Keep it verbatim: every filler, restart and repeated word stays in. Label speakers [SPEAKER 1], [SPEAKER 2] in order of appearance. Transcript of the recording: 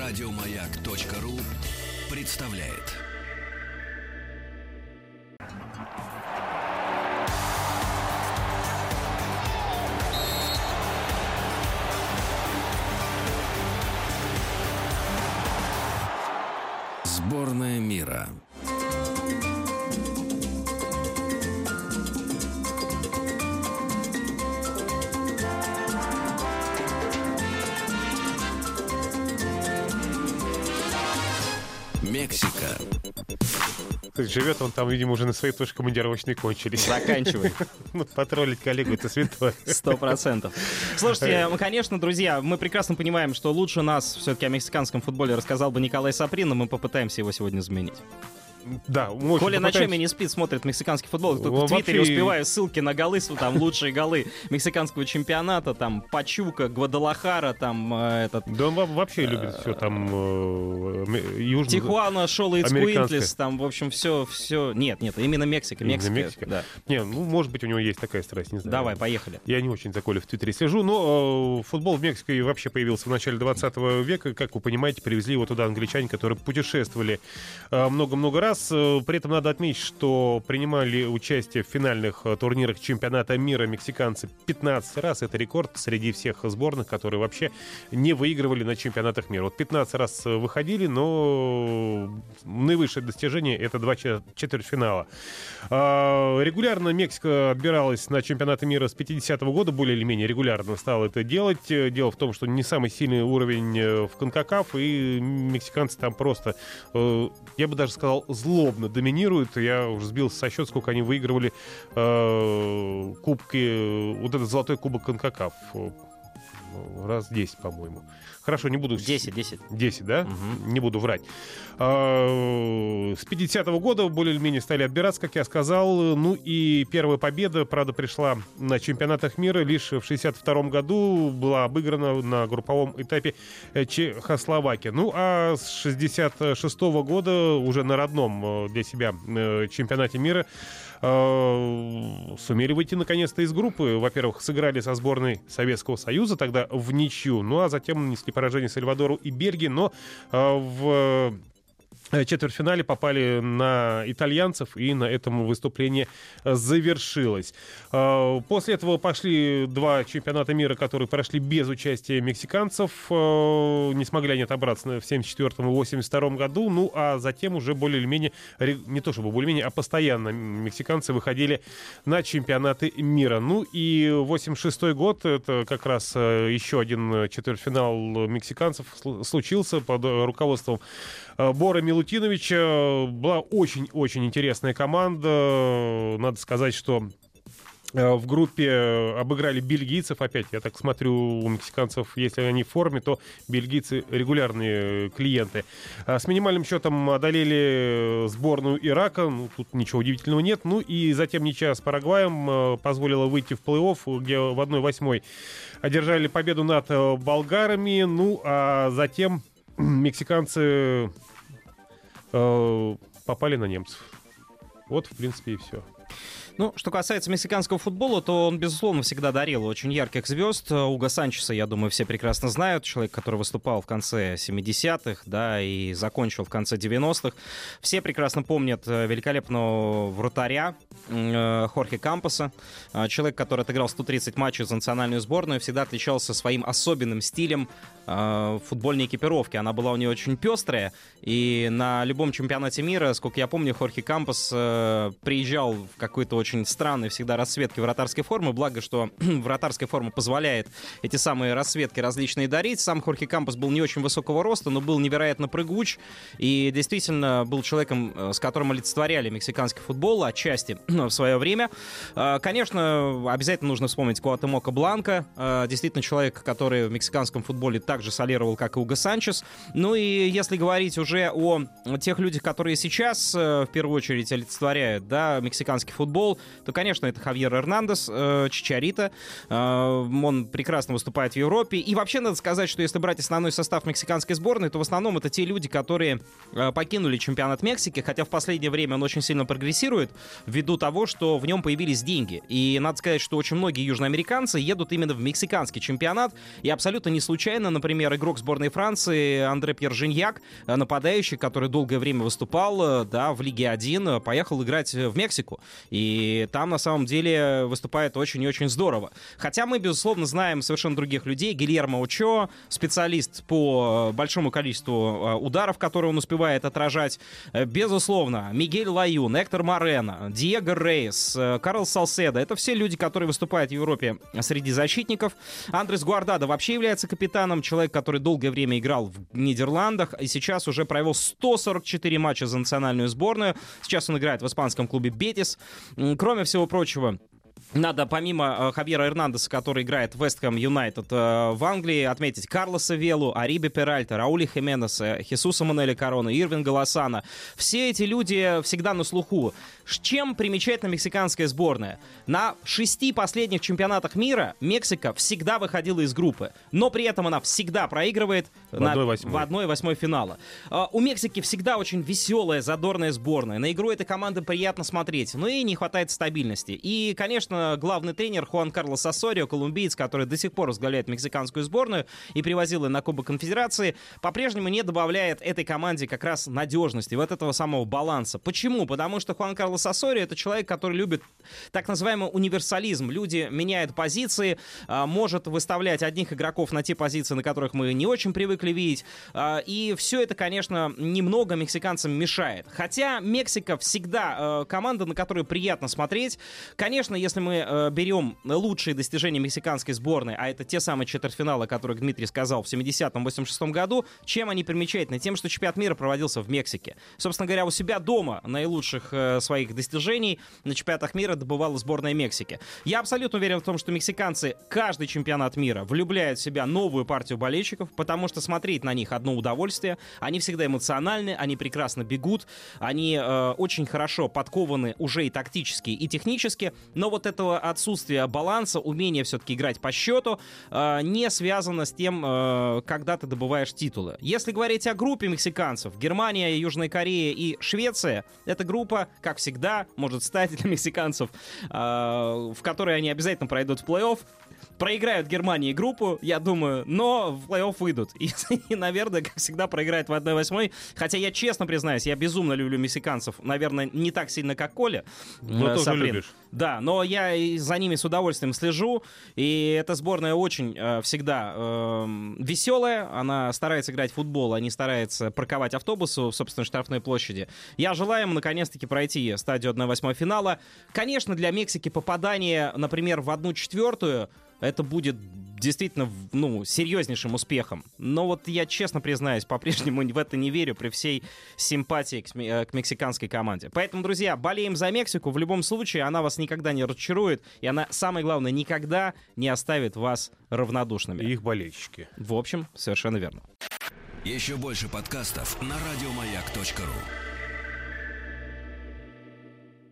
[SPEAKER 1] Радиомаяк.ру представляет. Сборная мира. Мексика.
[SPEAKER 2] Живет он там, видимо, уже на своей тоже командировочной кончились.
[SPEAKER 3] Заканчивай.
[SPEAKER 2] Ну, потроллить коллегу — это святое.
[SPEAKER 3] Сто процентов. Слушайте, конечно, друзья, мы прекрасно понимаем, что лучше нас все-таки о мексиканском футболе рассказал бы Николай Саприн, но мы попытаемся его сегодня заменить.
[SPEAKER 2] Да, мы очень
[SPEAKER 3] Коля
[SPEAKER 2] попытаемся.
[SPEAKER 3] ночами не спит, смотрит мексиканский футбол. Только
[SPEAKER 2] Он
[SPEAKER 3] в Твиттере
[SPEAKER 2] вообще-
[SPEAKER 3] успеваю ссылки на голы, там лучшие голы мексиканского чемпионата, там Пачука, Гвадалахара, там э, этот...
[SPEAKER 2] Да он во- вообще любит все там э, м- южно...
[SPEAKER 3] Тихуана, Шола
[SPEAKER 2] Американская.
[SPEAKER 3] Ицкуинтлес, там, в общем, все, все... Нет, нет, именно Мексика.
[SPEAKER 2] Именно
[SPEAKER 3] Мексика,
[SPEAKER 2] Мексика?
[SPEAKER 3] да.
[SPEAKER 2] Не, ну, может быть, у него есть такая страсть, не знаю.
[SPEAKER 3] Давай, поехали.
[SPEAKER 2] Я не очень за Колей в Твиттере слежу, но э, футбол в Мексике вообще появился в начале двадцатого века. Как вы понимаете, привезли его туда англичане, которые путешествовали э, много-много раз. Э, При этом надо отметить, что принимали участие в финальных э, турнирах чемпионата мира мексиканцы пятнадцать раз. Это рекорд среди всех сборных, которые вообще не выигрывали на чемпионатах мира. Вот пятнадцать раз э, выходили, но наивысшее достижение — это два чет- четвертьфинала. Э, Регулярно Мексика отбиралась на чемпионаты мира с пятидесятого года, более или менее регулярно стала это делать. Дело в том, что не самый сильный уровень э, в конкакаф, и мексиканцы там просто, э, я бы даже сказал, злобно доминируют. Я уже сбился со счета, сколько они выигрывали э, кубки, вот этот золотой кубок конкакаф. Раз десять, по-моему. Хорошо, не буду...
[SPEAKER 3] десять, десять.
[SPEAKER 2] десять, да?
[SPEAKER 3] Угу.
[SPEAKER 2] Не буду врать. А, С пятидесятого года более или менее стали отбираться, как я сказал. Ну и первая победа, правда, пришла на чемпионатах мира лишь в шестьдесят втором году. Была обыграна на групповом этапе Чехословакия. Ну а с шестьдесят шестого года уже на родном для себя чемпионате мира сумели выйти наконец-то из группы. Во-первых, сыграли со сборной Советского Союза тогда в ничью, ну а затем нанесли поражение Сальвадору и Бельгии, но в четвертьфинале попали на итальянцев, и на этом выступление завершилось. После этого пошли два чемпионата мира, которые прошли без участия мексиканцев. Не смогли они отобраться в семьдесят четвёртом и восемьдесят втором году. Ну, а затем уже более или менее, не то чтобы более-менее, а постоянно мексиканцы выходили на чемпионаты мира. Ну и восемьдесят шестой год, это как раз еще один четвертьфинал мексиканцев случился под руководством Бора Милутиновича. Была очень-очень интересная команда. Надо сказать, что в группе обыграли бельгийцев. Опять, я так смотрю, у мексиканцев, если они в форме, то бельгийцы регулярные клиенты. С минимальным счетом одолели сборную Ирака. Ну, тут ничего удивительного нет. Ну и затем ничья с Парагваем позволила выйти в плей-офф, где в одной восьмой одержали победу над болгарами. Ну а затем мексиканцы э, попали на немцев. Вот, в принципе, и все.
[SPEAKER 3] Ну, что касается мексиканского футбола, то он, безусловно, всегда дарил очень ярких звезд. Уго Санчеса, я думаю, все прекрасно знают. Человек, который выступал в конце семидесятых, да, и закончил в конце девяностых. Все прекрасно помнят великолепного вратаря э, Хорхе Кампоса. Человек, который отыграл сто тридцать матчей за национальную сборную, всегда отличался своим особенным стилем э, футбольной экипировки. Она была у него очень пестрая. И на любом чемпионате мира, сколько я помню, Хорхе Кампос э, приезжал в какой-то очень очень странной всегда расцветки вратарской формы, благо, что вратарская форма позволяет эти самые расцветки различные дарить. Сам Хорхе Кампос был не очень высокого роста, но был невероятно прыгуч и действительно был человеком, с которым олицетворяли мексиканский футбол отчасти в свое время. Конечно, обязательно нужно вспомнить Куатемока Бланка, действительно человек, который в мексиканском футболе также солировал, как и Уго Санчес. Ну и если говорить уже о тех людях, которые сейчас в первую очередь олицетворяют, да, мексиканский футбол, футбол, то, конечно, это Хавьер Эрнандес, э, Чичарита. Э, он прекрасно выступает в Европе. И вообще надо сказать, что если брать основной состав мексиканской сборной, то в основном это те люди, которые э, покинули чемпионат Мексики, хотя в последнее время он очень сильно прогрессирует ввиду того, что в нем появились деньги. И надо сказать, что очень многие южноамериканцы едут именно в мексиканский чемпионат. И абсолютно не случайно, например, игрок сборной Франции Андре Пьер Жиньяк, нападающий, который долгое время выступал, да, в Лиге один, поехал играть в Мексику. И там, на самом деле, выступает очень и очень здорово. Хотя мы, безусловно, знаем совершенно других людей. Гильермо Очоа, специалист по большому количеству ударов, которые он успевает отражать. Безусловно, Мигель Лаюн, Эктор Морено, Диего Рейс, Карл Салседо. Это все люди, которые выступают в Европе среди защитников. Андрес Гуардадо вообще является капитаном. Человек, который долгое время играл в Нидерландах и сейчас уже провел сто сорок четыре матча за национальную сборную. Сейчас он играет в испанском клубе Бетис. Кроме всего прочего, надо помимо э, Хавьера Эрнандеса, который играет в Вест Хэм Юнайтед э, в Англии, отметить Карлоса Велу, Арибе Перальта, Рауля Хименеса, Хесуса Мануэля Корона, Ирвинга Лосана. Все эти люди всегда на слуху. Чем примечательна мексиканская сборная? На шести последних чемпионатах мира Мексика всегда выходила из группы, но при этом она всегда проигрывает
[SPEAKER 2] в
[SPEAKER 3] на,
[SPEAKER 2] одной
[SPEAKER 3] восьмой финала. Э, у Мексики всегда очень веселая, задорная сборная. На игру этой команды приятно смотреть, но и не хватает стабильности. И, конечно, главный тренер Хуан Карлос Осорио, колумбиец, который до сих пор возглавляет мексиканскую сборную и привозил ее на Кубок Конфедерации, по-прежнему не добавляет этой команде как раз надежности, вот этого самого баланса. Почему? Потому что Хуан Карлос Осорио — это человек, который любит так называемый универсализм. Люди меняют позиции, может выставлять одних игроков на те позиции, на которых мы не очень привыкли видеть. И все это, конечно, немного мексиканцам мешает. Хотя Мексика всегда команда, на которую приятно смотреть. Конечно, если мы э, берем лучшие достижения мексиканской сборной, а это те самые четвертьфиналы, о которых Дмитрий сказал в семидесятом — восемьдесят шестом году, чем они примечательны? Тем, что чемпионат мира проводился в Мексике. Собственно говоря, у себя дома наилучших э, своих достижений на чемпионатах мира добывала сборная Мексики. Я абсолютно уверен в том, что мексиканцы каждый чемпионат мира влюбляют в себя новую партию болельщиков, потому что смотреть на них одно удовольствие. Они всегда эмоциональны, они прекрасно бегут, они э, очень хорошо подкованы уже и тактически, и технически, но вот этого отсутствия баланса, умения все-таки играть по счету, э, не связано с тем, э, когда ты добываешь титулы. Если говорить о группе мексиканцев, Германия, Южная Корея и Швеция, эта группа, как всегда, может стать для мексиканцев, э, в которой они обязательно пройдут в плей-офф. Проиграют Германии группу, я думаю, но в плей-офф выйдут. И, и, наверное, как всегда, проиграют в одной восьмой. Хотя я честно признаюсь, я безумно люблю мексиканцев. Наверное, не так сильно, как Коля.
[SPEAKER 2] Но тоже любишь.
[SPEAKER 3] Да, но я за ними с удовольствием слежу. И эта сборная очень э, всегда э, веселая. Она старается играть в футбол, а не старается парковать автобусы в собственной штрафной площади. Я желаю им, наконец-таки, пройти стадию одной восьмой финала. Конечно, для Мексики попадание, например, в одну четвертую это будет действительно, ну, серьезнейшим успехом. Но вот я, честно признаюсь, по-прежнему в это не верю при всей симпатии к, к мексиканской команде. Поэтому, друзья, болеем за Мексику. В любом случае, она вас никогда не разочарует. И она, самое главное, никогда не оставит вас равнодушными.
[SPEAKER 2] И их болельщики.
[SPEAKER 3] В общем, совершенно верно.
[SPEAKER 1] Еще больше подкастов на радиомаяк точка ру.